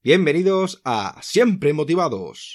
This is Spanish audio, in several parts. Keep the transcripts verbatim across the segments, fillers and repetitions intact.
Bienvenidos a Siempre Motivados.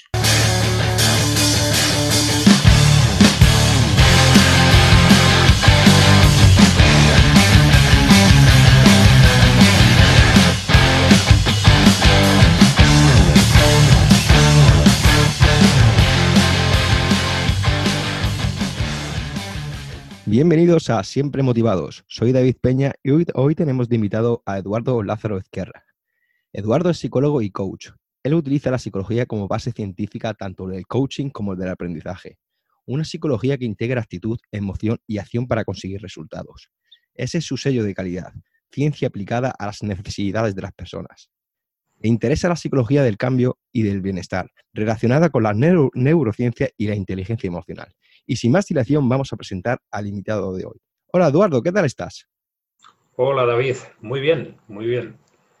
Bienvenidos a Siempre Motivados. Soy David Peña y hoy, hoy tenemos de invitado a Eduardo Lázaro Ezquerra. Eduardo es psicólogo y coach. Él utiliza la psicología como base científica tanto del coaching como del aprendizaje. Una psicología que integra actitud, emoción y acción para conseguir resultados. Ese es su sello de calidad, ciencia aplicada a las necesidades de las personas. Le interesa la psicología del cambio y del bienestar, relacionada con la neuro- neurociencia y la inteligencia emocional. Y sin más dilación, vamos a presentar al invitado de hoy. Hola, Eduardo, ¿qué tal estás? Hola, David. Muy bien, muy bien.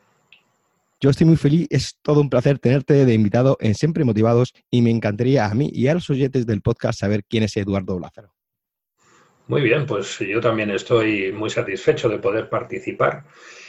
Yo estoy muy feliz, es todo un placer tenerte de invitado en Siempre Motivados y me encantaría a mí y a los oyentes del podcast saber quién es Eduardo Lázaro. Muy bien, pues yo también estoy muy satisfecho de poder participar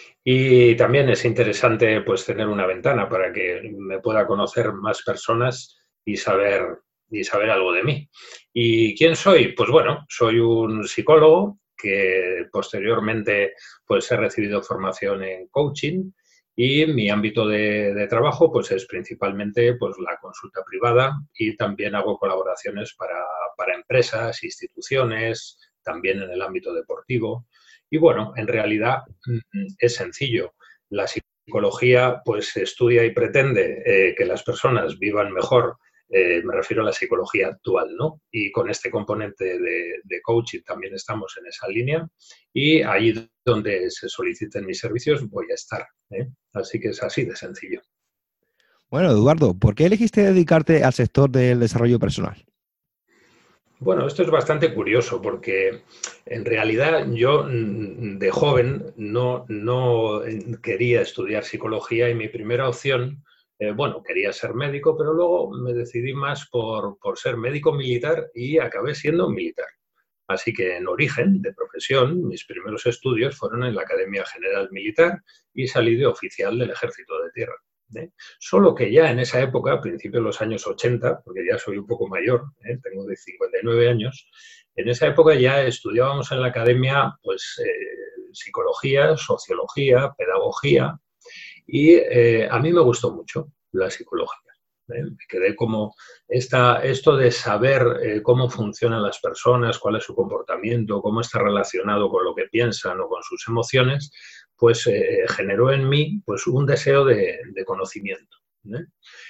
y también es interesante pues tener una ventana para que me pueda conocer más personas y saber, y saber algo de mí. ¿Y quién soy? Pues bueno, soy un psicólogo que posteriormente pues he recibido formación en coaching y mi ámbito de, de trabajo pues es principalmente pues la consulta privada y también hago colaboraciones para, para empresas, instituciones, también en el ámbito deportivo. Y bueno, en realidad es sencillo. La psicología pues estudia y pretende eh, que las personas vivan mejor. Eh, me refiero a la psicología actual, ¿no? Y con este componente de, de coaching también estamos en esa línea y ahí donde se soliciten mis servicios voy a estar, ¿eh? Así que es así de sencillo. Bueno, Eduardo, ¿por qué elegiste dedicarte al sector del desarrollo personal? Bueno, esto es bastante curioso porque en realidad yo de joven no, no quería estudiar psicología y mi primera opción, eh, bueno, quería ser médico, pero luego me decidí más por, por ser médico militar y acabé siendo militar. Así que en origen, de profesión, mis primeros estudios fueron en la Academia General Militar y salí de oficial del Ejército de Tierra. ¿eh? Solo que ya en esa época, a principios de los años ochenta, porque ya soy un poco mayor, ¿eh? tengo de cincuenta y nueve años, en esa época ya estudiábamos en la academia pues, eh, psicología, sociología, pedagogía, y eh, a mí me gustó mucho la psicología. ¿eh? Me quedé como esta, esto de saber eh, cómo funcionan las personas, cuál es su comportamiento, cómo está relacionado con lo que piensan o con sus emociones, pues eh, generó en mí pues, un deseo de, de conocimiento. ¿eh?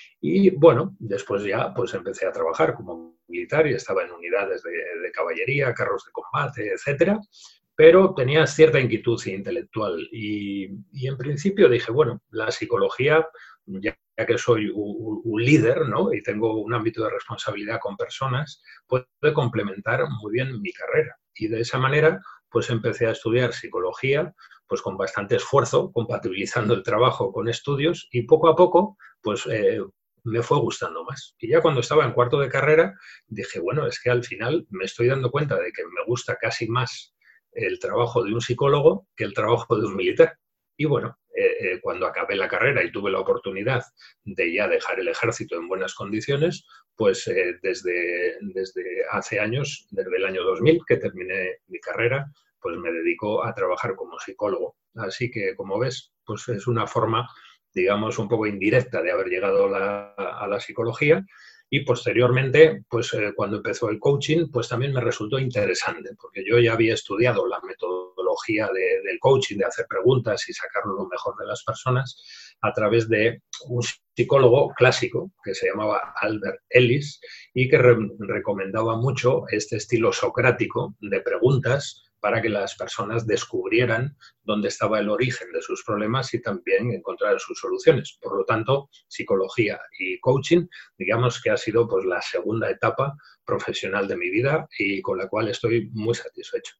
Y bueno, después ya pues empecé a trabajar como militar y estaba en unidades de, de caballería, carros de combate, etcétera, pero tenía cierta inquietud intelectual y, y en principio dije, bueno, la psicología, ya, ya que soy un, un líder, ¿no? Y tengo un ámbito de responsabilidad con personas, puede complementar muy bien mi carrera. Y de esa manera, pues empecé a estudiar psicología, pues con bastante esfuerzo, compatibilizando el trabajo con estudios y poco a poco, pues eh, me fue gustando más. Y ya cuando estaba en cuarto de carrera, dije, bueno, es que al final me estoy dando cuenta de que me gusta casi más el trabajo de un psicólogo que el trabajo de un militar. Y bueno, eh, eh, cuando acabé la carrera y tuve la oportunidad de ya dejar el ejército en buenas condiciones, pues eh, desde, desde hace años, desde el año dos mil que terminé mi carrera, pues me dedico a trabajar como psicólogo. Así que, como ves, pues es una forma, digamos, un poco indirecta de haber llegado la, a la psicología. Y posteriormente, pues eh, cuando empezó el coaching, pues también me resultó interesante, porque yo ya había estudiado la metodología de, del coaching, de hacer preguntas y sacar lo mejor de las personas a través de un psicólogo clásico que se llamaba Albert Ellis y que re recomendaba mucho este estilo socrático de preguntas para que las personas descubrieran dónde estaba el origen de sus problemas y también encontraran sus soluciones. Por lo tanto, psicología y coaching, digamos que ha sido pues la segunda etapa profesional de mi vida y con la cual estoy muy satisfecho.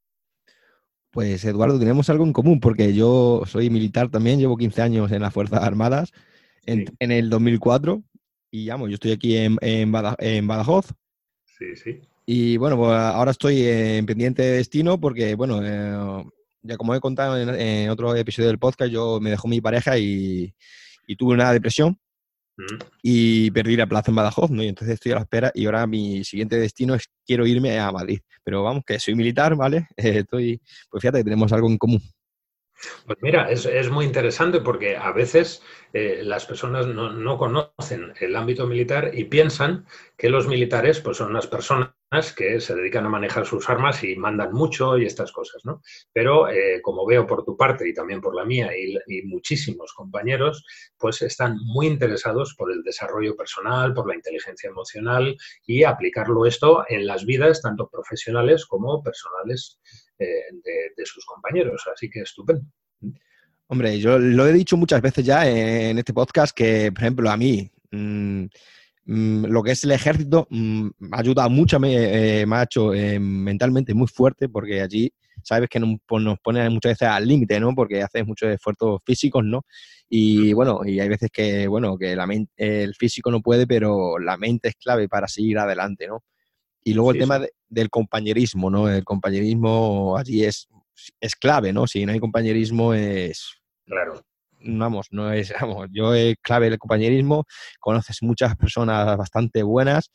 Pues Eduardo, tenemos algo en común porque yo soy militar también, llevo quince años en las Fuerzas Armadas, en, Sí, en el dos mil cuatro y llamo, yo estoy aquí en, en, Bada, en Badajoz. sí, sí. Y bueno, pues ahora estoy en pendiente de destino porque, bueno, eh, ya como he contado en, en otro episodio del podcast, yo me dejó mi pareja y, y tuve una depresión Mm. y perdí la plaza en Badajoz, ¿no? Y entonces estoy a la espera y ahora mi siguiente destino es quiero irme a Madrid. Pero vamos, que soy militar, ¿vale? Eh, estoy, pues fíjate que tenemos algo en común. Pues mira, es, es muy interesante porque a veces eh, las personas no, no conocen el ámbito militar y piensan que los militares pues, son unas personas que se dedican a manejar sus armas y mandan mucho y estas cosas, ¿no? Pero eh, como veo por tu parte y también por la mía y, y muchísimos compañeros, pues están muy interesados por el desarrollo personal, por la inteligencia emocional y aplicarlo esto en las vidas tanto profesionales como personales eh, de, de sus compañeros. Así que estupendo. Hombre, yo lo he dicho muchas veces ya en este podcast que, por ejemplo, a mí mmm, mmm, lo que es el ejército mmm, me ha ayudado mucho, me, eh, me ha hecho eh, mentalmente muy fuerte porque allí sabes que nos, pues, nos ponen muchas veces al límite, ¿no? Porque haces muchos esfuerzos físicos, ¿no? Y bueno, y hay veces que, bueno, que la mente, el físico no puede, pero la mente es clave para seguir adelante, ¿no? Y luego el Sí, tema sí, de, del compañerismo, ¿no? El compañerismo allí es, es clave, ¿no? Si no hay compañerismo es, claro. vamos, no es, vamos, yo es clave el compañerismo, conoces muchas personas bastante buenas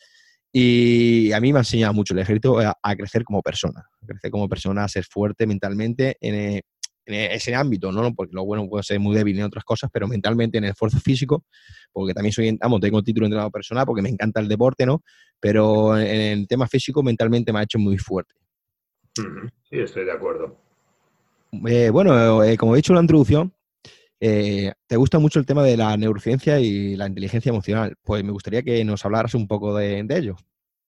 y a mí me ha enseñado mucho el ejército a, a crecer como persona, a crecer como persona, a ser fuerte mentalmente en, eh, en ese ámbito, ¿no? Porque lo bueno puede ser muy débil en otras cosas, pero mentalmente en el esfuerzo físico, porque también soy, vamos, tengo título de entrenador personal porque me encanta el deporte, ¿no? Pero en el tema físico mentalmente me ha hecho muy fuerte. Uh-huh. Sí, estoy de acuerdo. Eh, bueno, eh, como he dicho en la introducción, Eh, te gusta mucho el tema de la neurociencia y la inteligencia emocional. Pues me gustaría que nos hablaras un poco de, de ello.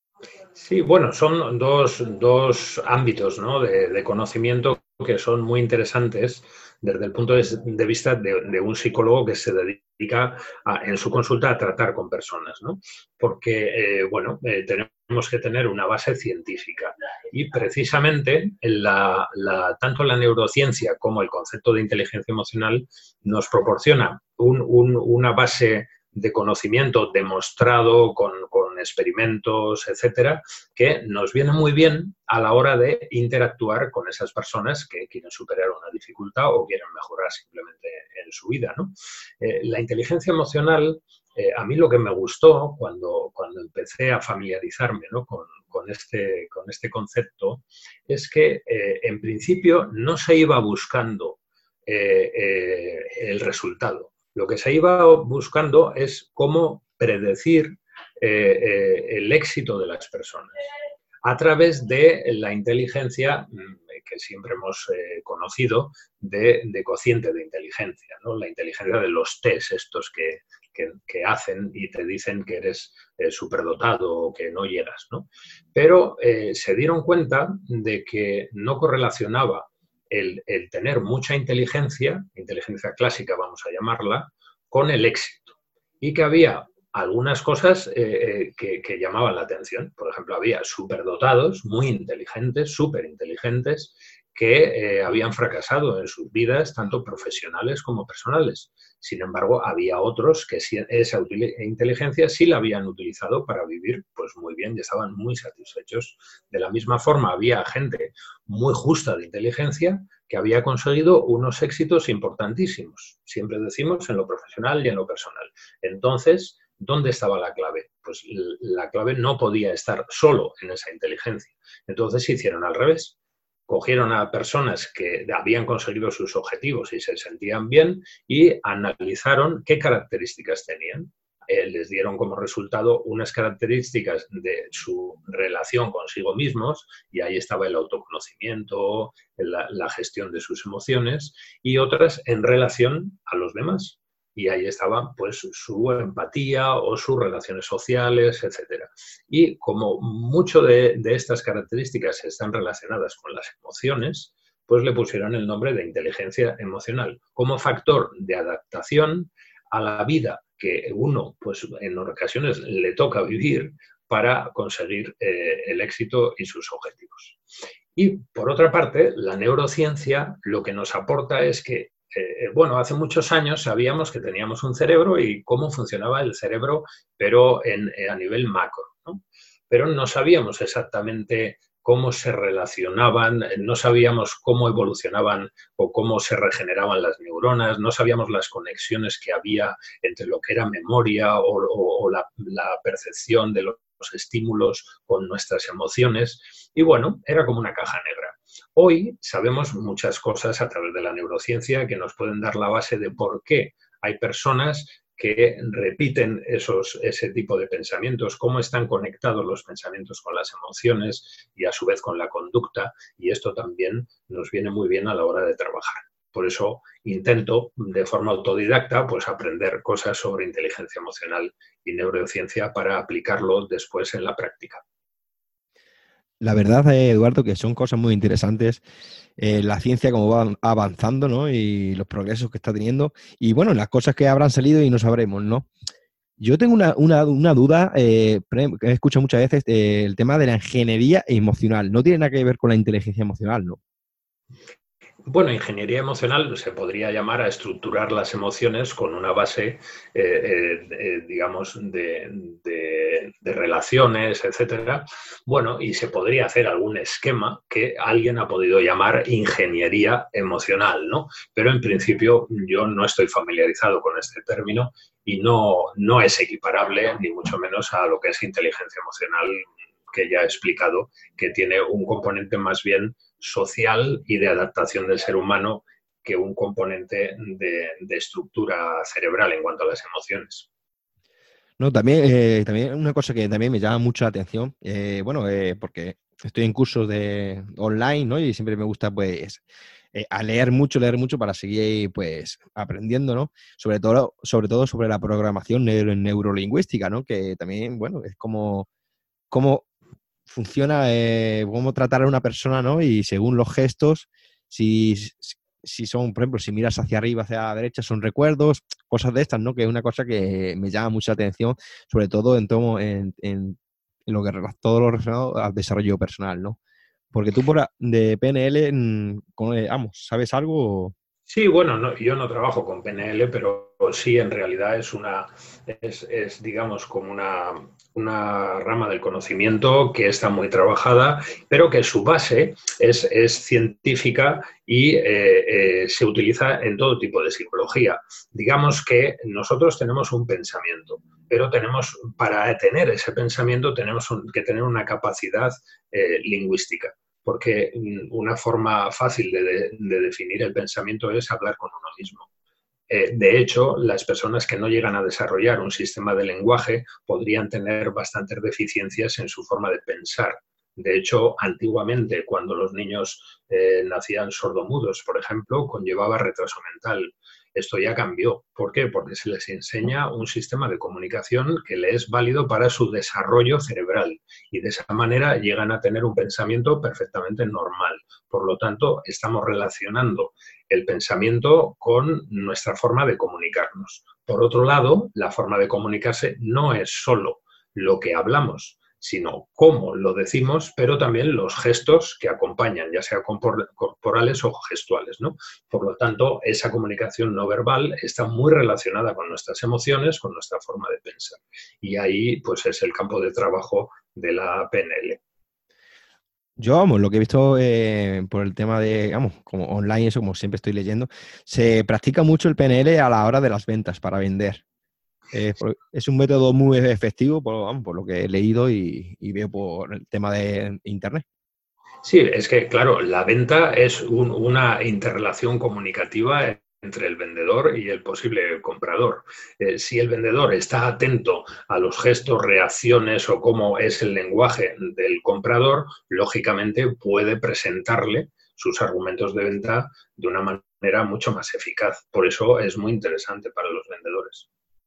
Sí, bueno, son dos, dos ámbitos, ¿no? de, de conocimiento que son muy interesantes desde el punto de, de vista de, de, un psicólogo que se dedica a, en su consulta a tratar con personas, ¿no? Porque, eh, bueno, eh, tenemos que tener una base científica y precisamente la, la, tanto la neurociencia como el concepto de inteligencia emocional nos proporciona un, un, una base de conocimiento demostrado con, con experimentos, etcétera, que nos viene muy bien a la hora de interactuar con esas personas que quieren superar una dificultad o quieren mejorar simplemente en su vida, ¿no? Eh, la inteligencia emocional, eh, a mí lo que me gustó cuando, cuando empecé a familiarizarme, ¿no? con, con, este, con este concepto es que eh, en principio no se iba buscando eh, eh, el resultado. Lo que se iba buscando es cómo predecir eh, eh, el éxito de las personas a través de la inteligencia que siempre hemos eh, conocido de, de cociente de inteligencia, ¿no? La inteligencia de los test estos que, que, que hacen y te dicen que eres eh, superdotado o que no llegas, ¿no? Pero eh, se dieron cuenta de que no correlacionaba el, el tener mucha inteligencia, inteligencia clásica vamos a llamarla, con el éxito. Y que había algunas cosas eh, que, que llamaban la atención. Por ejemplo, había superdotados, muy inteligentes, súper inteligentes, que eh, habían fracasado en sus vidas, tanto profesionales como personales. Sin embargo, había otros que sí, esa inteligencia sí la habían utilizado para vivir pues muy bien y estaban muy satisfechos. De la misma forma, había gente muy justa de inteligencia que había conseguido unos éxitos importantísimos. Siempre decimos en lo profesional y en lo personal. Entonces, ¿dónde estaba la clave? Pues la clave no podía estar solo en esa inteligencia. Entonces se hicieron al revés. Cogieron a personas que habían conseguido sus objetivos y se sentían bien y analizaron qué características tenían. Eh, les dieron como resultado unas características de su relación consigo mismos, y ahí estaba el autoconocimiento, la, la gestión de sus emociones, y otras en relación a los demás. Y ahí estaba pues su empatía o sus relaciones sociales, etcétera. Y como mucho de, de estas características están relacionadas con las emociones, pues le pusieron el nombre de inteligencia emocional como factor de adaptación a la vida que uno, pues en ocasiones le toca vivir para conseguir eh, el éxito y sus objetivos. Y por otra parte, la neurociencia lo que nos aporta es que Eh, bueno, hace muchos años sabíamos que teníamos un cerebro y cómo funcionaba el cerebro, pero en, a nivel macro, ¿no? Pero no sabíamos exactamente cómo se relacionaban, no sabíamos cómo evolucionaban o cómo se regeneraban las neuronas, no sabíamos las conexiones que había entre lo que era memoria o, o, o la, la percepción de los estímulos con nuestras emociones. Y bueno, era como una caja negra. Hoy sabemos muchas cosas a través de la neurociencia que nos pueden dar la base de por qué hay personas que repiten esos, ese tipo de pensamientos, cómo están conectados los pensamientos con las emociones y a su vez con la conducta, y esto también nos viene muy bien a la hora de trabajar. Por eso intento, de forma autodidacta, pues aprender cosas sobre inteligencia emocional y neurociencia para aplicarlo después en la práctica. La verdad, eh, Eduardo, que son cosas muy interesantes. Eh, la ciencia como va avanzando, ¿no? Y los progresos que está teniendo. Y bueno, las cosas que habrán salido y no sabremos, ¿no? Yo tengo una, una, una duda, eh, que he escuchado muchas veces, eh, el tema de la ingeniería emocional. No tiene nada que ver con la inteligencia emocional, ¿no? Bueno, ingeniería emocional se podría llamar a estructurar las emociones con una base, eh, eh, eh, digamos, de, de, de relaciones, etcétera. Bueno, y se podría hacer algún esquema que alguien ha podido llamar ingeniería emocional, ¿no? Pero en principio yo no estoy familiarizado con este término y no, no es equiparable, ni mucho menos a lo que es inteligencia emocional, que ya he explicado, que tiene un componente más bien social y de adaptación del ser humano que un componente de, de estructura cerebral en cuanto a las emociones. No, también, eh, también una cosa que también me llama mucho la atención, eh, bueno, eh, porque estoy en cursos de online, ¿no? Y siempre me gusta, pues, eh, a leer mucho, leer mucho para seguir, pues, aprendiendo, ¿no? Sobre todo, sobre todo sobre la programación neuro neurolingüística, ¿no? Que también, bueno, es como, como funciona, eh, cómo tratar a una persona, ¿no? Y según los gestos, si, si son, por ejemplo, si miras hacia arriba, hacia la derecha, son recuerdos, cosas de estas, ¿no? Que es una cosa que me llama mucha atención, sobre todo en todo, en, en, en lo que todo lo relacionado al desarrollo personal, ¿no? Porque tú por a, de P N L, con, eh, vamos, ¿sabes algo? Sí, bueno, no, yo no trabajo con P N L, pero sí en realidad es una, es, es digamos, como una, una rama del conocimiento que está muy trabajada, pero que su base es, es científica y eh, eh, se utiliza en todo tipo de psicología. Digamos que nosotros tenemos un pensamiento, pero tenemos, para tener ese pensamiento tenemos un, que tener una capacidad eh, lingüística. Porque una forma fácil de, de, de definir el pensamiento es hablar con uno mismo. Eh, de hecho, las personas que no llegan a desarrollar un sistema de lenguaje podrían tener bastantes deficiencias en su forma de pensar. De hecho, antiguamente, cuando los niños eh, nacían sordomudos, por ejemplo, conllevaba retraso mental. Esto ya cambió. ¿Por qué? Porque se les enseña un sistema de comunicación que le es válido para su desarrollo cerebral y de esa manera llegan a tener un pensamiento perfectamente normal. Por lo tanto, estamos relacionando el pensamiento con nuestra forma de comunicarnos. Por otro lado, la forma de comunicarse no es solo lo que hablamos, sino cómo lo decimos, pero también los gestos que acompañan, ya sea corporales o gestuales, ¿no? Por lo tanto, esa comunicación no verbal está muy relacionada con nuestras emociones, con nuestra forma de pensar. Y ahí, pues, es el campo de trabajo de la P N L. Yo, vamos, lo que he visto eh, por el tema de, vamos, como online, eso como siempre estoy leyendo, se practica mucho el P N L a la hora de las ventas para vender. Eh, es un método muy efectivo por, vamos, por lo que he leído y, y veo por el tema de internet. Sí, es que, claro, la venta es un, una interrelación comunicativa entre el vendedor y el posible comprador. Eh, si el vendedor está atento a los gestos, reacciones o cómo es el lenguaje del comprador, lógicamente puede presentarle sus argumentos de venta de una manera mucho más eficaz. Por eso es muy interesante para los vendedores.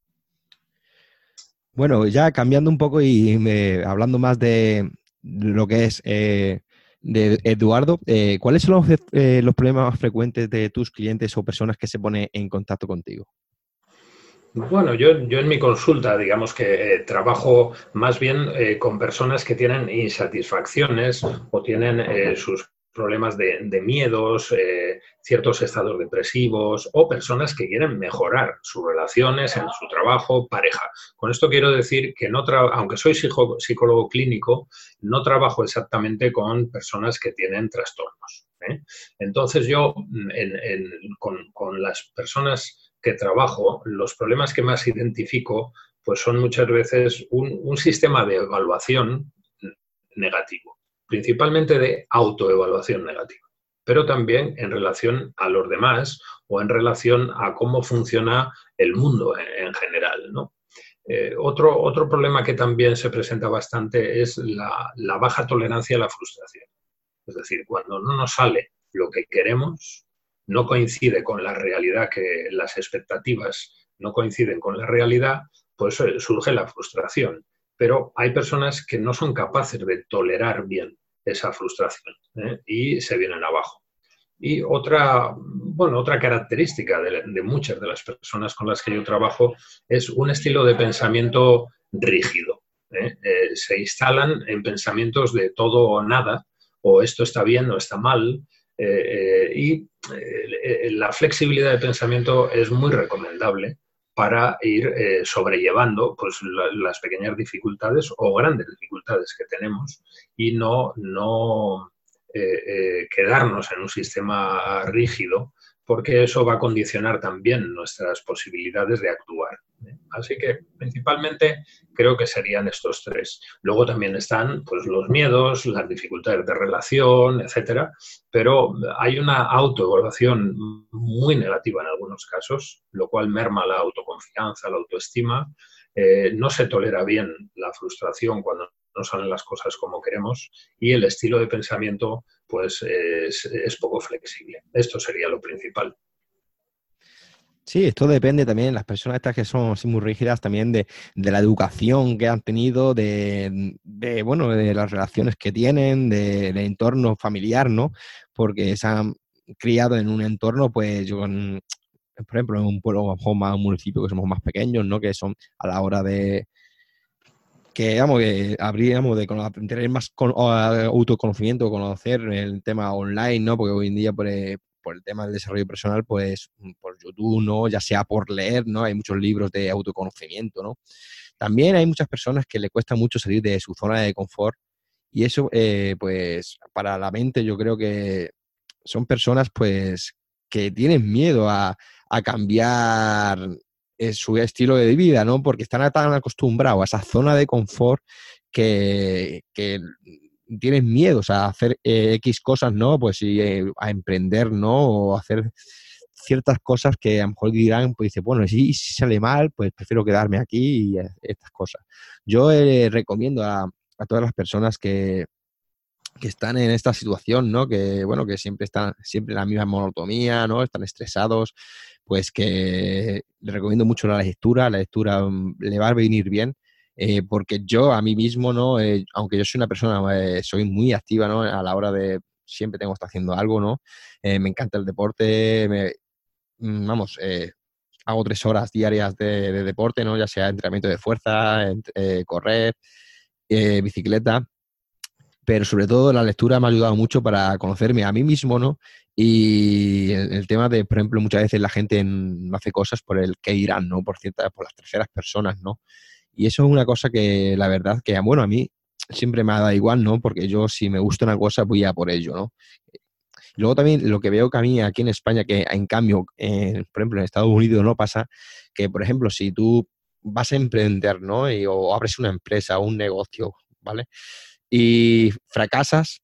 Bueno, ya cambiando un poco y me, hablando más de lo que es eh, de Eduardo, eh, ¿cuáles son los, eh, los problemas más frecuentes de tus clientes o personas que se ponen en contacto contigo? Bueno, yo, yo en mi consulta, digamos que eh, trabajo más bien eh, con personas que tienen insatisfacciones o tienen eh, sus problemas de, de miedos, eh, ciertos estados depresivos o personas que quieren mejorar sus relaciones en su trabajo, pareja. Con esto quiero decir que, no aunque soy psico psicólogo clínico, no trabajo exactamente con personas que tienen trastornos, ¿eh? Entonces yo, en, en, con, con las personas que trabajo, los problemas que más identifico pues son muchas veces un, un sistema de evaluación negativo, principalmente de autoevaluación negativa, pero también en relación a los demás o en relación a cómo funciona el mundo en, en general, ¿no? Eh, otro, otro problema que también se presenta bastante es la, la baja tolerancia a la frustración. Es decir, cuando no nos sale lo que queremos, no coincide con la realidad, que las expectativas no coinciden con la realidad, pues surge la frustración. Pero hay personas que no son capaces de tolerar bien esa frustración, ¿eh? Y se vienen abajo. Y otra, bueno, otra característica de, de muchas de las personas con las que yo trabajo es un estilo de pensamiento rígido, ¿eh? Eh, se instalan en pensamientos de todo o nada, o esto está bien o está mal, eh, eh, y eh, la flexibilidad de pensamiento es muy recomendable para ir eh, sobrellevando pues, la, las pequeñas dificultades o grandes dificultades que tenemos y no, no eh, eh, quedarnos en un sistema rígido, porque eso va a condicionar también nuestras posibilidades de actuar. Así que principalmente creo que serían estos tres. Luego también están pues, los miedos, las dificultades de relación, etcétera, pero hay una autoevaluación muy negativa en algunos casos, lo cual merma la autoconfianza, la autoestima. Eh, no se tolera bien la frustración cuando no salen las cosas como queremos y el estilo de pensamiento pues es, es poco flexible. Esto sería lo principal. Sí, esto depende también de las personas estas que son así muy rígidas, también de, de la educación que han tenido, de, de, bueno, de las relaciones que tienen, de- del entorno familiar, ¿no? Porque se han criado en un entorno, pues, yo, con- por ejemplo, en un pueblo, a lo mejor más un municipio que somos más pequeños, ¿no? Que son a la hora de que, digamos, que habríamos de cono- tener más con- o, eh, autoconocimiento, conocer el tema online, ¿no? Porque hoy en día, por, eh, por el tema del desarrollo personal, pues por YouTube, ¿no? Ya sea por leer, ¿no? Hay muchos libros de autoconocimiento, ¿no? También hay muchas personas que le cuesta mucho salir de su zona de confort y eso, eh, pues, para la mente yo creo que son personas, pues, que tienen miedo a, a cambiar eh, su estilo de vida, ¿no? Porque están tan acostumbrados a esa zona de confort que, que tienen miedo, o sea, a hacer eh, X cosas, ¿no? Pues sí, eh, a emprender, ¿no? O hacer ciertas cosas que a lo mejor dirán, pues dice, bueno, si, si sale mal, pues prefiero quedarme aquí y eh, estas cosas. Yo eh, recomiendo a, a todas las personas que, que están en esta situación, ¿no? Que, bueno, que siempre están, siempre en la misma monotonía, ¿no? Están estresados, pues que le recomiendo mucho la lectura, la lectura mm, le va a venir bien, eh, porque yo a mí mismo, ¿no? Eh, aunque yo soy una persona, eh, soy muy activa, ¿no? A la hora de, siempre tengo que estar haciendo algo, ¿no? Eh, me encanta el deporte, me, mm, vamos, eh, hago tres horas diarias de, de deporte, ¿no? Ya sea entrenamiento de fuerza, ent- eh, correr, eh, bicicleta, pero sobre todo la lectura me ha ayudado mucho para conocerme a mí mismo, ¿no? Y el, el tema de, por ejemplo, muchas veces la gente no hace cosas por el qué dirán, ¿no? Por ciertas, por las terceras personas, ¿no? Y eso es una cosa que la verdad que, bueno, a mí siempre me ha dado igual, ¿no? Porque yo si me gusta una cosa voy a por ello, ¿no? Y luego también lo que veo que a mí aquí en España, que en cambio, eh, por ejemplo, en Estados Unidos no pasa, que por ejemplo, si tú vas a emprender, ¿no? Y, o abres una empresa o un negocio, ¿vale? Y fracasas,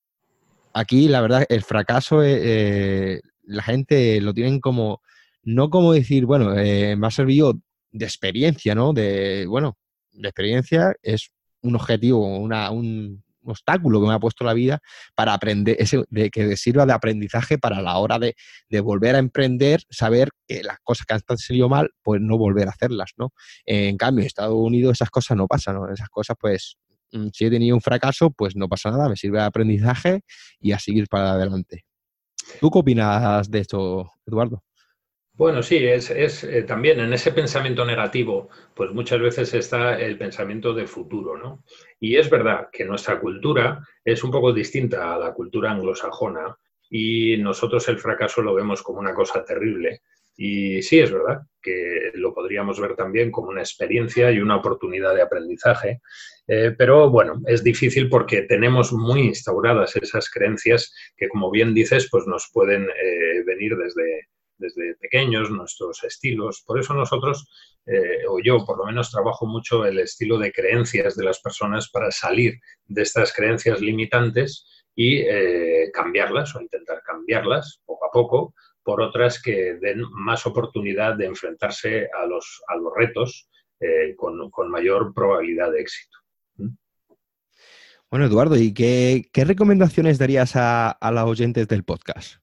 aquí la verdad el fracaso, eh, eh, la gente lo tienen como, no como decir, bueno, eh, me ha servido de experiencia, ¿no? De, bueno, de experiencia es un objetivo, una, un, un obstáculo que me ha puesto la vida para aprender, ese, de, que sirva de aprendizaje para la hora de, de volver a emprender, saber que las cosas que han salido mal, pues no volver a hacerlas, ¿no? En cambio, en Estados Unidos esas cosas no pasan, ¿no? Esas cosas, pues, mm, si he tenido un fracaso, pues no pasa nada, me sirve de aprendizaje y a seguir para adelante. ¿Tú qué opinas de esto, Eduardo? Bueno, sí, es, es eh, también en ese pensamiento negativo, pues muchas veces está el pensamiento de futuro, ¿no? Y es verdad que nuestra cultura es un poco distinta a la cultura anglosajona y nosotros el fracaso lo vemos como una cosa terrible. Y sí, es verdad que lo podríamos ver también como una experiencia y una oportunidad de aprendizaje, eh, pero bueno, es difícil porque tenemos muy instauradas esas creencias que, como bien dices, pues nos pueden eh, venir desde desde pequeños, nuestros estilos. Por eso nosotros, eh, o yo por lo menos, trabajo mucho el estilo de creencias de las personas para salir de estas creencias limitantes y eh, cambiarlas o intentar cambiarlas poco a poco por otras que den más oportunidad de enfrentarse a los, a los retos eh, con, con mayor probabilidad de éxito. ¿Mm? Bueno, Eduardo, ¿y qué, qué recomendaciones darías a, a los oyentes del podcast?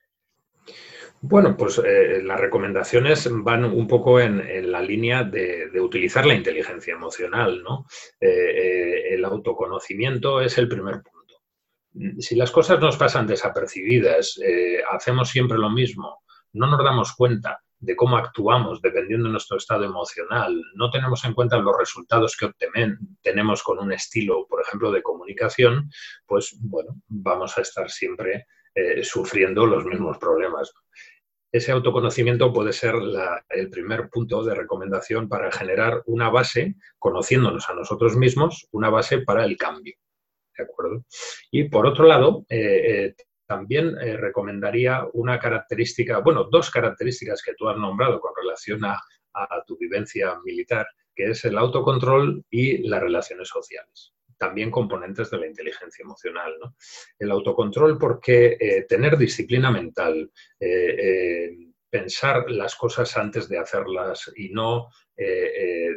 Bueno, pues eh, las recomendaciones van un poco en, en la línea de, de, utilizar la inteligencia emocional, ¿no? Eh, eh, el autoconocimiento es el primer punto. Si las cosas nos pasan desapercibidas, eh, hacemos siempre lo mismo, no nos damos cuenta de cómo actuamos dependiendo de nuestro estado emocional, no tenemos en cuenta los resultados que obtenemos con un estilo, por ejemplo, de comunicación, pues bueno, vamos a estar siempre eh, sufriendo los mismos problemas. Ese autoconocimiento puede ser la, el primer punto de recomendación para generar una base, conociéndonos a nosotros mismos, una base para el cambio. ¿De acuerdo? Y por otro lado, eh, eh, también eh, recomendaría una característica, bueno, dos características que tú has nombrado con relación a, a tu vivencia militar, que es el autocontrol y las relaciones sociales. También componentes de la inteligencia emocional, ¿no? El autocontrol porque eh, tener disciplina mental, eh, eh, pensar las cosas antes de hacerlas y no, eh, eh,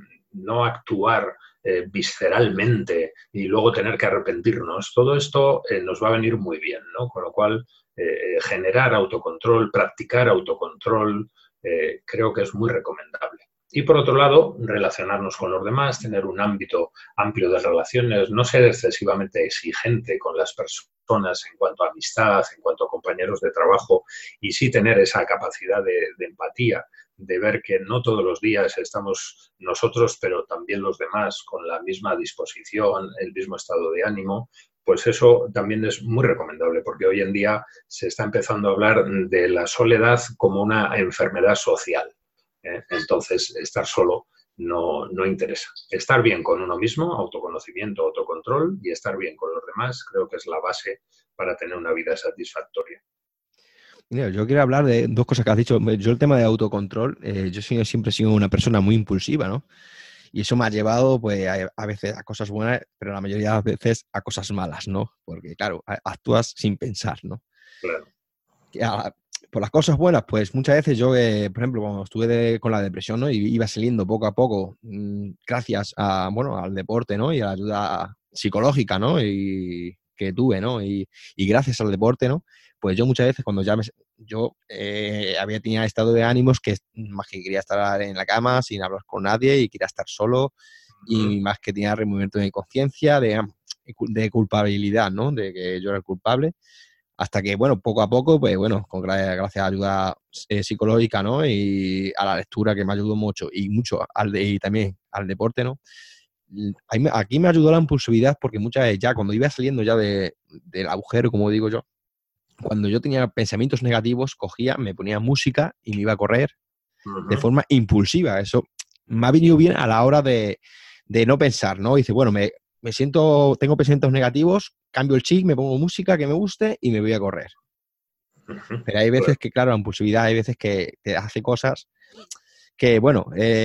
no actuar eh, visceralmente y luego tener que arrepentirnos, todo esto eh, nos va a venir muy bien, ¿no? Con lo cual, eh, generar autocontrol, practicar autocontrol, eh, creo que es muy recomendable. Y por otro lado, relacionarnos con los demás, tener un ámbito amplio de relaciones, no ser excesivamente exigente con las personas en cuanto a amistad, en cuanto a compañeros de trabajo, y sí tener esa capacidad de, de empatía, de ver que no todos los días estamos nosotros, pero también los demás, con la misma disposición, el mismo estado de ánimo, pues eso también es muy recomendable, porque hoy en día se está empezando a hablar de la soledad como una enfermedad social. ¿eh? Entonces, estar solo no, no interesa. Estar bien con uno mismo, autoconocimiento, autocontrol, y estar bien con los demás, creo que es la base para tener una vida satisfactoria. Mira, yo quiero hablar de dos cosas que has dicho. Yo el tema de autocontrol, eh, yo siempre he sido una persona muy impulsiva, ¿no? Y eso me ha llevado, pues, a, a veces a cosas buenas, pero la mayoría de las veces a cosas malas, ¿no? Porque, claro, actúas sin pensar, ¿no? Claro. A, por las cosas buenas, pues muchas veces yo, eh, por ejemplo, cuando estuve de, con la depresión, ¿no? Y iba saliendo poco a poco, mmm, gracias a, bueno, al deporte, ¿no? Y a la ayuda psicológica, ¿no? Y que tuve, ¿no? Y, y gracias al deporte, ¿no? Pues yo muchas veces cuando ya me, yo eh, había tenido estado de ánimos que más que quería estar en la cama sin hablar con nadie y quería estar solo, y más que tenía removimiento de conciencia, de, de culpabilidad, ¿no? De que yo era el culpable. Hasta que, bueno, poco a poco, pues bueno, con gracias a ayuda eh, psicológica, ¿no? Y a la lectura, que me ayudó mucho, y mucho al de, y también al deporte, ¿no? Aquí me ayudó la impulsividad, porque muchas veces ya cuando iba saliendo ya de, del agujero, como digo yo, cuando yo tenía pensamientos negativos, cogía, me ponía música y me iba a correr uh-huh. de forma impulsiva. Eso me ha venido bien a la hora de, de no pensar, ¿no? Dice, bueno, me, me siento, tengo pensamientos negativos, cambio el chip, me pongo música que me guste y me voy a correr. Uh-huh. Pero hay veces que, claro, la impulsividad, hay veces que te hace cosas que, bueno,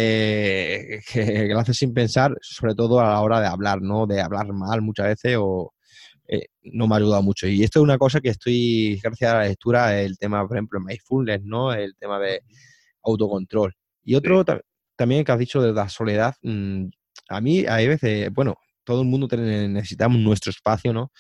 eh, que, que lo haces sin pensar, sobre todo a la hora de hablar, ¿no? De hablar mal muchas veces o... Eh, no me ha ayudado mucho. Y esto es una cosa que estoy, gracias a la lectura, el tema, por ejemplo, mindfulness, ¿no? El tema de autocontrol. Y otro sí. también que has dicho de la soledad, mmm, a mí hay veces, bueno, todo el mundo necesitamos nuestro espacio, ¿no?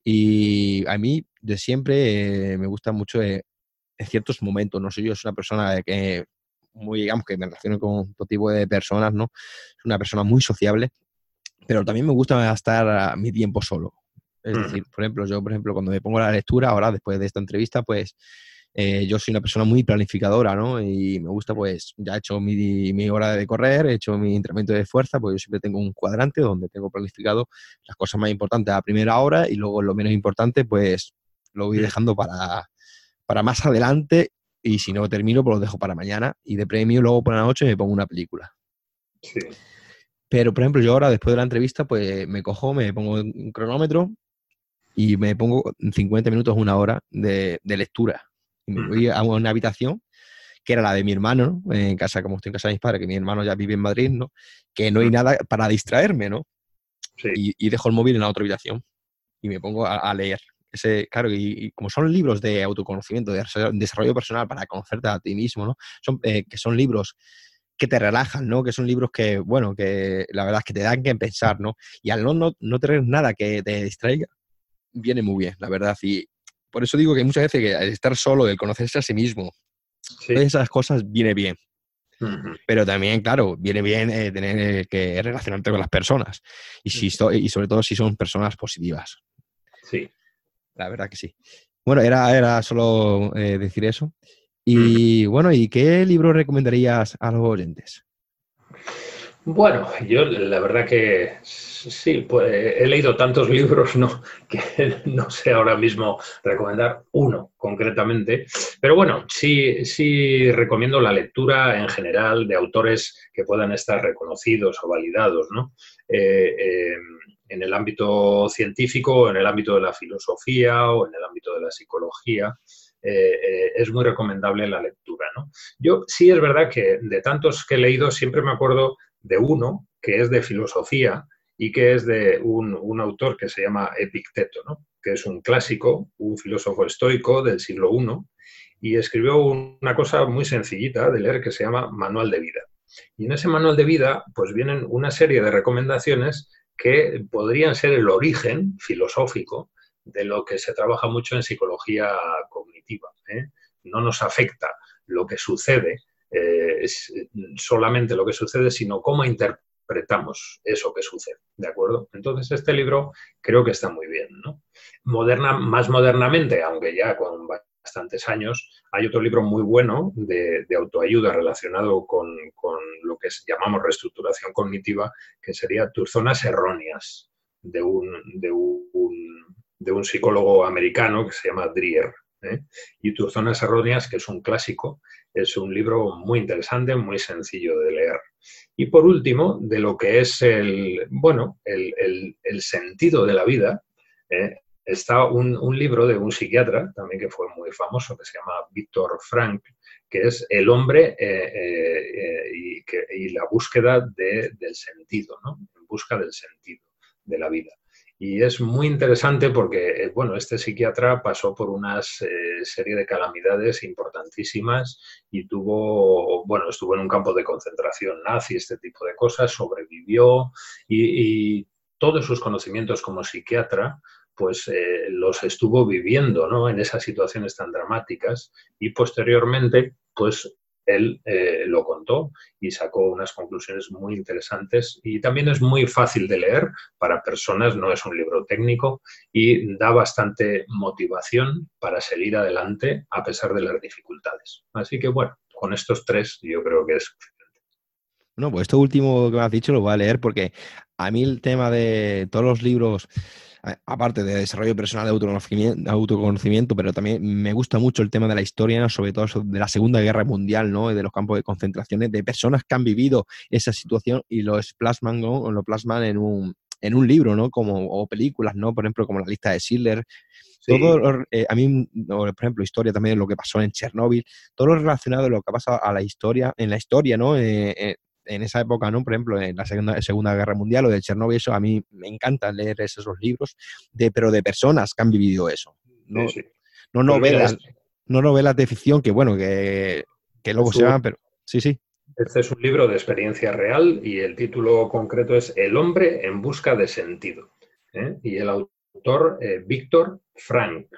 Y a mí de siempre eh, me gusta mucho eh, en ciertos momentos, no sé, yo soy una persona que muy, digamos, que me relaciono con todo tipo de personas, ¿no? Soy una persona muy sociable, pero también me gusta gastar mi tiempo solo. Es decir, por ejemplo, yo, por ejemplo, cuando me pongo la lectura, ahora, después de esta entrevista, pues Eh, yo soy una persona muy planificadora, ¿no? Y me gusta, pues, ya he hecho mi, mi hora de correr, he hecho mi entrenamiento de fuerza, pues yo siempre tengo un cuadrante donde tengo planificado las cosas más importantes a primera hora y luego lo menos importante, pues, lo voy dejando para, para más adelante y si no termino, pues lo dejo para mañana y de premio luego por la noche me pongo una película. Sí. Pero, por ejemplo, yo ahora, después de la entrevista, pues me cojo, me pongo un cronómetro y me pongo cincuenta minutos, una hora de, de lectura. Y me voy a una habitación, que era la de mi hermano, ¿no? En casa, como estoy en casa de mis padres, que mi hermano ya vive en Madrid, ¿no? Que no hay nada para distraerme, ¿no? Sí. Y, y dejo el móvil en la otra habitación y me pongo a, a leer. Ese, claro, y, y como son libros de autoconocimiento, de desarrollo personal para conocerte a ti mismo, ¿no? Son, eh, que son libros que te relajan, ¿no? Que son libros que, bueno, que la verdad es que te dan que pensar, ¿no? Y al no, no, no tener nada que te distraiga, viene muy bien, la verdad. Y por eso digo que muchas veces que el estar solo, el conocerse a sí mismo, Sí. todas esas cosas viene bien. Uh-huh. Pero también, claro, viene bien eh, tener eh, que relacionarte con las personas. Y, si so, y sobre todo si son personas positivas. Sí. La verdad que sí. Bueno, era, era solo eh, decir eso. Y uh-huh. Bueno, ¿y qué libro recomendarías a los oyentes? Bueno, yo la verdad que sí, pues he leído tantos libros, ¿no? Que no sé ahora mismo recomendar uno concretamente, pero bueno, sí, sí recomiendo la lectura en general de autores que puedan estar reconocidos o validados, ¿no? Eh, eh, en el ámbito científico, en el ámbito de la filosofía o en el ámbito de la psicología. Eh, eh, es muy recomendable la lectura, ¿no? Yo sí es verdad que de tantos que he leído siempre me acuerdo de uno que es de filosofía y que es de un, un autor que se llama Epicteto, ¿no? Que es un clásico, un filósofo estoico del siglo primero, y escribió una cosa muy sencillita de leer que se llama Manual de Vida. Y en ese manual de vida pues vienen una serie de recomendaciones que podrían ser el origen filosófico de lo que se trabaja mucho en psicología cognitiva, ¿eh? No nos afecta lo que sucede, Eh, es solamente lo que sucede, sino cómo interpretamos eso que sucede, ¿de acuerdo? Entonces este libro creo que está muy bien, ¿no? Moderna, más modernamente, aunque ya con bastantes años, hay otro libro muy bueno de, de autoayuda relacionado con, con lo que llamamos reestructuración cognitiva, que sería Tus zonas erróneas, de un, de un, de un psicólogo americano que se llama Dreher. ¿eh? Y Tus zonas erróneas, que es un clásico, es un libro muy interesante, muy sencillo de leer. Y por último, de lo que es el, bueno, el, el, el sentido de la vida, ¿eh? está un, un libro de un psiquiatra, también que fue muy famoso, que se llama Viktor Frankl, que es El hombre eh, eh, y, que, y la búsqueda de, del sentido, ¿no? En busca del sentido de la vida. Y es muy interesante porque, bueno, este psiquiatra pasó por una eh, serie de calamidades importantísimas y tuvo, bueno, estuvo en un campo de concentración nazi, este tipo de cosas, sobrevivió y, y todos sus conocimientos como psiquiatra pues eh, los estuvo viviendo, ¿no? En esas situaciones tan dramáticas y posteriormente, pues él eh, lo contó y sacó unas conclusiones muy interesantes y también es muy fácil de leer para personas, no es un libro técnico y da bastante motivación para seguir adelante a pesar de las dificultades. Así que bueno, con estos tres yo creo que es suficiente. Bueno, pues esto último que me has dicho lo voy a leer porque a mí el tema de todos los libros, aparte de desarrollo personal, de autoconocimiento, autoconocimiento, pero también me gusta mucho el tema de la historia, ¿no? Sobre todo de la Segunda Guerra Mundial, ¿no? De los campos de concentración, de personas que han vivido esa situación y lo plasman, ¿no? O lo plasman en un, en un libro, ¿no? Como, o películas, ¿no? Por ejemplo, como La Lista de Schindler. Sí. Todo, eh, a mí, por ejemplo, historia también de lo que pasó en Chernóbil, todo lo relacionado a lo que ha pasado a la historia, en la historia, ¿no? Eh, eh, en esa época, ¿no? Por ejemplo, en la Segunda, Segunda Guerra Mundial o de Chernóbil, eso a mí me encanta leer esos libros, de, pero de personas que han vivido eso. No, sí, sí. no novelas, pues mira, no novelas de ficción que, bueno, que, que luego se van, pero sí, sí. Este es un libro de experiencia real y el título concreto es El hombre en busca de sentido. ¿eh? Y el autor, eh, Viktor Frankl.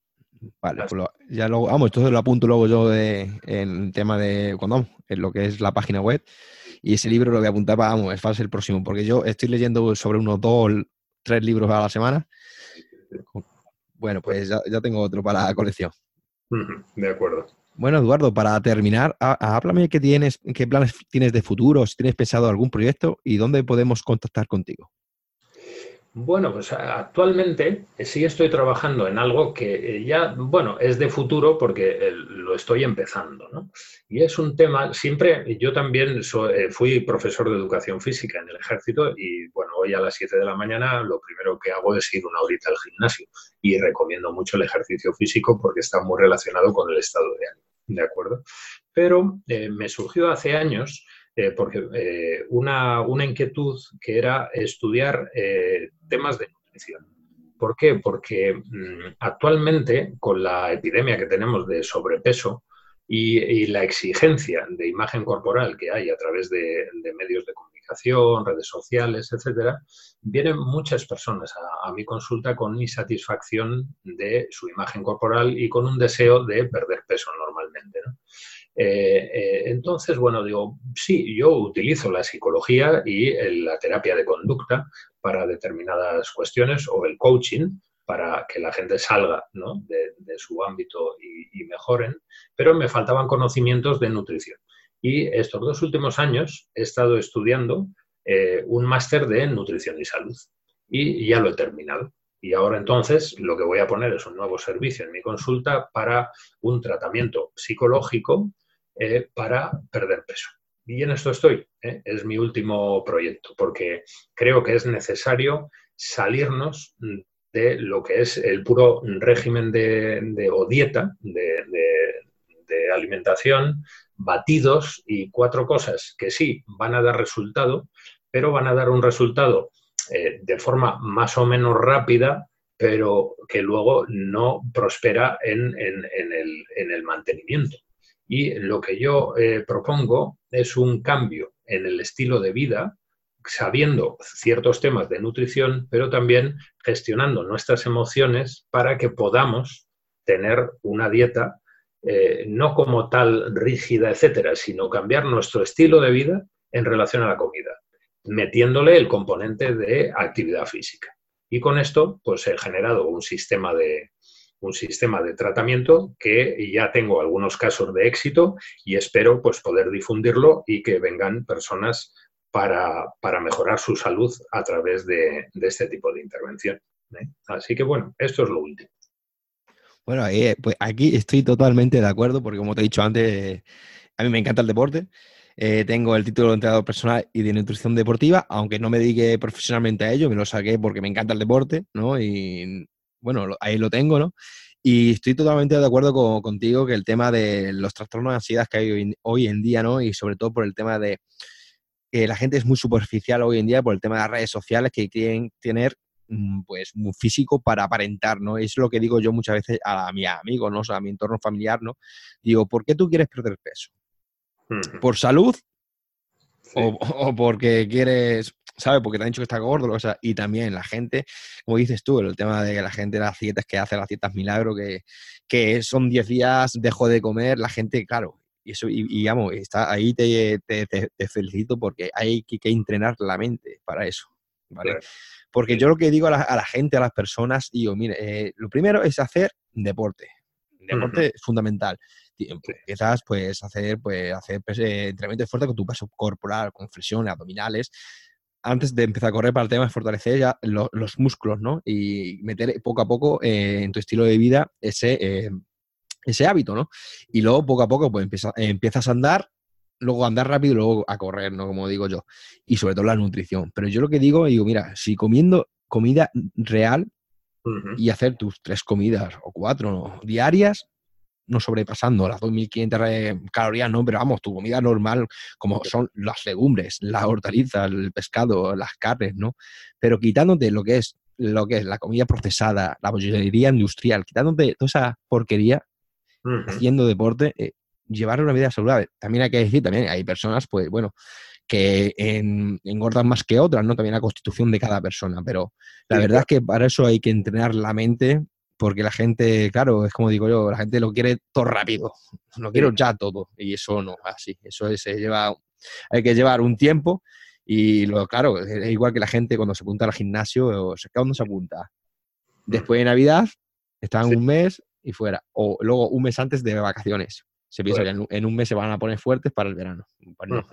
Vale, pues lo, ya luego, vamos, entonces lo apunto luego yo de, en tema de, cuando vamos, en lo que es la página web. Y ese libro lo voy a apuntar para, vamos, es para el próximo, porque yo estoy leyendo sobre unos dos, tres libros a la semana. Bueno, pues ya, ya tengo otro para la colección. Ujú, de acuerdo. Bueno, Eduardo, para terminar, há- háblame qué tienes, qué planes tienes de futuro, si tienes pensado algún proyecto y dónde podemos contactar contigo. Bueno, pues a- actualmente eh, sí estoy trabajando en algo que eh, ya, bueno, es de futuro porque eh, lo estoy empezando, ¿no? Y es un tema, siempre, yo también so- eh, fui profesor de educación física en el ejército y, bueno, hoy a las siete de la mañana lo primero que hago es ir una horita al gimnasio y recomiendo mucho el ejercicio físico porque está muy relacionado con el estado de ánimo, ¿de acuerdo? Pero eh, me surgió hace años eh, porque eh, una, una, inquietud que era estudiar eh, temas de nutrición. ¿Por qué? Porque mmm, actualmente, con la epidemia que tenemos de sobrepeso y, y, la exigencia de imagen corporal que hay a través de, de medios de comunicación, redes sociales, etcétera, vienen muchas personas a, a mi consulta con insatisfacción de su imagen corporal y con un deseo de perder peso normalmente, ¿no? Eh, eh, entonces, bueno, digo, sí, yo utilizo la psicología y el, la terapia de conducta para determinadas cuestiones o el coaching para que la gente salga, ¿no?, de, de, su ámbito y, y mejoren, pero me faltaban conocimientos de nutrición. Y estos dos últimos años he estado estudiando eh, un máster de nutrición y salud y ya lo he terminado. Y ahora entonces lo que voy a poner es un nuevo servicio en mi consulta para un tratamiento psicológico eh, para perder peso. Y en esto estoy, ¿eh? Es mi último proyecto, porque creo que es necesario salirnos de lo que es el puro régimen de, de o dieta de, de, de alimentación, batidos y cuatro cosas que sí van a dar resultado, pero van a dar un resultado eh, de forma más o menos rápida, pero que luego no prospera en, en, en, el, en el mantenimiento. Y lo que yo eh, propongo es un cambio en el estilo de vida, sabiendo ciertos temas de nutrición, pero también gestionando nuestras emociones para que podamos tener una dieta eh, no como tal rígida, etcétera, sino cambiar nuestro estilo de vida en relación a la comida, metiéndole el componente de actividad física. Y con esto, pues he generado un sistema de, un sistema de tratamiento que ya tengo algunos casos de éxito y espero pues poder difundirlo y que vengan personas para, para mejorar su salud a través de, de este tipo de intervención, ¿eh? Así que bueno, esto es lo último. Bueno, eh, pues aquí estoy totalmente de acuerdo porque como te he dicho antes, a mí me encanta el deporte. Eh, tengo el título de entrenador personal y de nutrición deportiva, aunque no me dedique profesionalmente a ello, me lo saqué porque me encanta el deporte, ¿no? Y bueno, lo, ahí lo tengo, ¿no? Y estoy totalmente de acuerdo con, contigo que el tema de los trastornos de ansiedad que hay hoy, hoy en día, ¿no? Y sobre todo por el tema de que la gente es muy superficial hoy en día por el tema de las redes sociales que quieren tener pues un físico para aparentar, ¿no? Es lo que digo yo muchas veces a, a mis amigos, ¿no? O sea, a mi entorno familiar, ¿no? Digo, ¿por qué tú quieres perder peso? Uh-huh. ¿Por salud? Sí. O, o porque quieres, ¿sabes? Porque te han dicho que está gordo, o sea, y también la gente, como dices tú, el tema de que la gente, las dietas que hace, las dietas milagro, que, que son diez días, dejo de comer, la gente, claro, y eso, y, y digamos, está, ahí te, te, te, te felicito porque hay que, que entrenar la mente para eso, ¿vale? Claro. Porque Sí. yo lo que digo a la, a la gente, a las personas, digo, mire, eh, lo primero es hacer deporte. Deporte Uh-huh. es fundamental. Sí. Empiezas pues a hacer, pues, hacer pues, eh, entrenamiento de fuerza con tu peso corporal, con flexiones, abdominales, antes de empezar a correr para el tema de fortalecer ya lo, los músculos, ¿no? Y meter poco a poco eh, en tu estilo de vida ese, eh, ese hábito, ¿no? Y luego poco a poco pues empieza, eh, empiezas a andar, luego a andar rápido y luego a correr, ¿no? Como digo yo. Y sobre todo la nutrición. Pero yo lo que digo, digo, mira, si comiendo comida real Uh-huh. y hacer tus tres comidas o cuatro, ¿no?, diarias, no sobrepasando las dos mil quinientas calorías, no, pero vamos, tu comida normal, como son las legumbres, las hortalizas, el pescado, las carnes, ¿no? Pero quitándote lo que es, lo que es la comida procesada, la bollería industrial, quitándote toda esa porquería, Uh-huh. haciendo deporte, eh, llevar una vida saludable. También hay que decir, también hay personas, pues bueno, que en, engordan más que otras, ¿no? También la constitución de cada persona, pero la Sí, verdad claro. es que para eso hay que entrenar la mente, porque la gente, claro, es como digo yo, la gente lo quiere todo rápido, lo quiero Sí. ya todo, y eso no es así, eso es, se lleva, hay que llevar un tiempo, y lo, claro, es igual que la gente cuando se apunta al gimnasio, o sea, ¿cuándo se apunta? Uh-huh. Después de Navidad, están Sí. un mes, y fuera. O luego un mes antes de vacaciones. Se piensa Pues, que en, en un mes se van a poner fuertes para el verano. Pues no.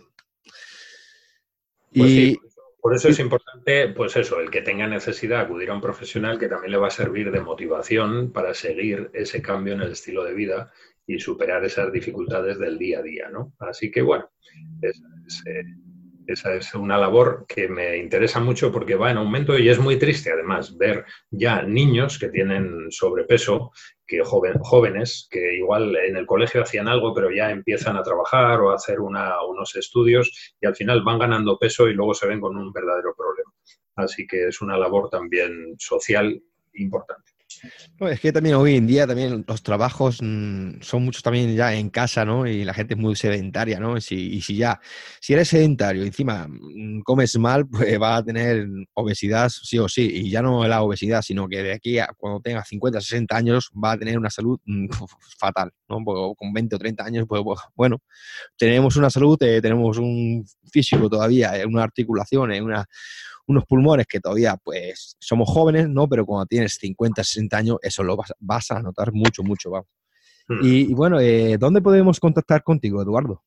Pues Y, sí, por eso y- es importante, pues eso, el que tenga necesidad de acudir a un profesional que también le va a servir de motivación para seguir ese cambio en el estilo de vida y superar esas dificultades del día a día, ¿no? Así que bueno, es, es, eh, esa es una labor que me interesa mucho porque va en aumento y es muy triste además ver ya niños que tienen sobrepeso, que joven, jóvenes que igual en el colegio hacían algo pero ya empiezan a trabajar o a hacer una, unos estudios y al final van ganando peso y luego se ven con un verdadero problema. Así que es una labor también social importante. no, es que también hoy en día también los trabajos mmm, son muchos también ya en casa, ¿no? Y la gente es muy sedentaria, ¿no? Y si, y si ya, si eres sedentario y encima mmm, comes mal, pues vas a tener obesidad sí o sí. Y ya no la obesidad, sino que de aquí a cuando tengas cincuenta, sesenta años vas a tener una salud mmm, fatal, ¿no? Porque con veinte o treinta años, pues, pues bueno, tenemos una salud, eh, tenemos un físico todavía, eh, una articulación, eh, una... unos pulmones que todavía, pues, somos jóvenes, ¿no? Pero cuando tienes cincuenta, sesenta años, eso lo vas, vas a notar mucho, mucho, vamos. Y, y bueno, eh, ¿dónde podemos contactar contigo, Eduardo?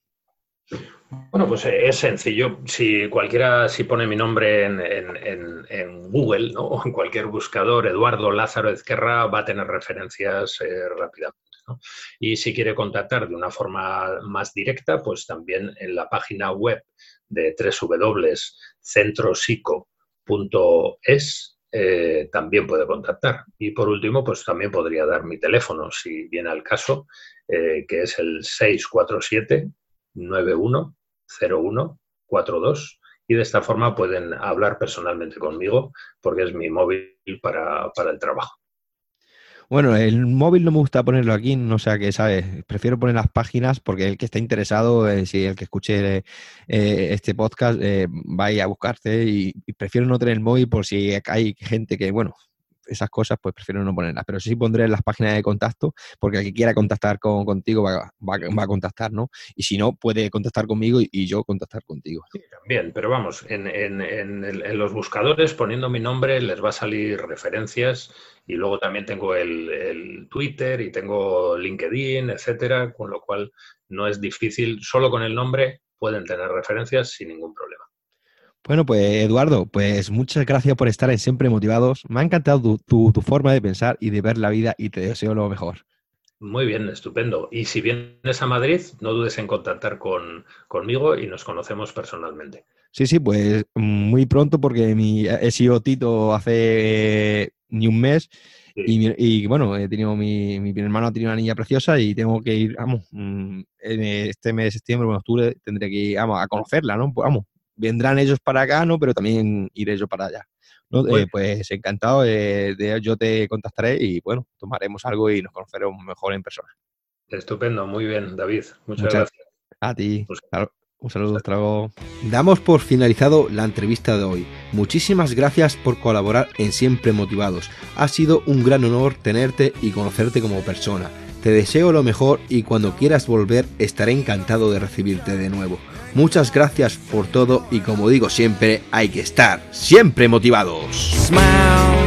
Bueno, pues es sencillo. Si cualquiera, si pone mi nombre en, en, en, en Google, ¿no? O en cualquier buscador, Eduardo Lázaro Ezquerra, va a tener referencias eh, rápidamente, ¿no? Y si quiere contactar de una forma más directa, pues también en la página web de doble u doble u doble u punto centrosico punto es eh, también puede contactar. Y por último, pues también podría dar mi teléfono, si viene al caso, eh, que es el seis cuatro siete, nueve uno cero uno cuatro dos y de esta forma pueden hablar personalmente conmigo porque es mi móvil para, para el trabajo. Bueno, el móvil no me gusta ponerlo aquí, no sé a qué, ¿sabes? Prefiero poner las páginas porque el que está interesado, eh, si el que escuche eh, este podcast, eh, va a ir a buscarte y, y prefiero no tener el móvil por si hay gente que, bueno, esas cosas, pues prefiero no ponerlas. Pero sí pondré las páginas de contacto porque el que quiera contactar con, contigo va, va, va a contactar, ¿no? Y si no, puede contactar conmigo y, y yo contactar contigo. Sí, también, pero vamos, en, en, en, el, en los buscadores poniendo mi nombre les va a salir referencias y luego también tengo el, el Twitter y tengo LinkedIn, etcétera, con lo cual no es difícil, solo con el nombre pueden tener referencias sin ningún problema. Bueno, pues Eduardo, pues muchas gracias por estar en Siempre Motivados. Me ha encantado tu, tu, tu forma de pensar y de ver la vida y te deseo lo mejor. Muy bien, estupendo. Y si vienes a Madrid, no dudes en contactar con, conmigo y nos conocemos personalmente. Sí, sí, pues muy pronto porque mi, he sido Tito hace ni un mes Sí. y, y bueno, he tenido mi, mi hermano ha tenido una niña preciosa y tengo que ir, vamos, en este mes de septiembre, en octubre, tendré que ir, vamos, a conocerla, ¿no? Pues vamos, vendrán ellos para acá, ¿no? Pero también iré yo para allá. ¿No? Eh, pues encantado, de, de, yo te contactaré y bueno, tomaremos algo y nos conoceremos mejor en persona. Estupendo, muy bien, David. Muchas, Muchas gracias. A ti. Pues, un saludo, hasta luego. Damos por finalizado la entrevista de hoy. Muchísimas gracias por colaborar en Siempre Motivados. Ha sido un gran honor tenerte y conocerte como persona. Te deseo lo mejor y cuando quieras volver estaré encantado de recibirte de nuevo. Muchas gracias por todo y como digo siempre, hay que estar siempre motivados. Smile.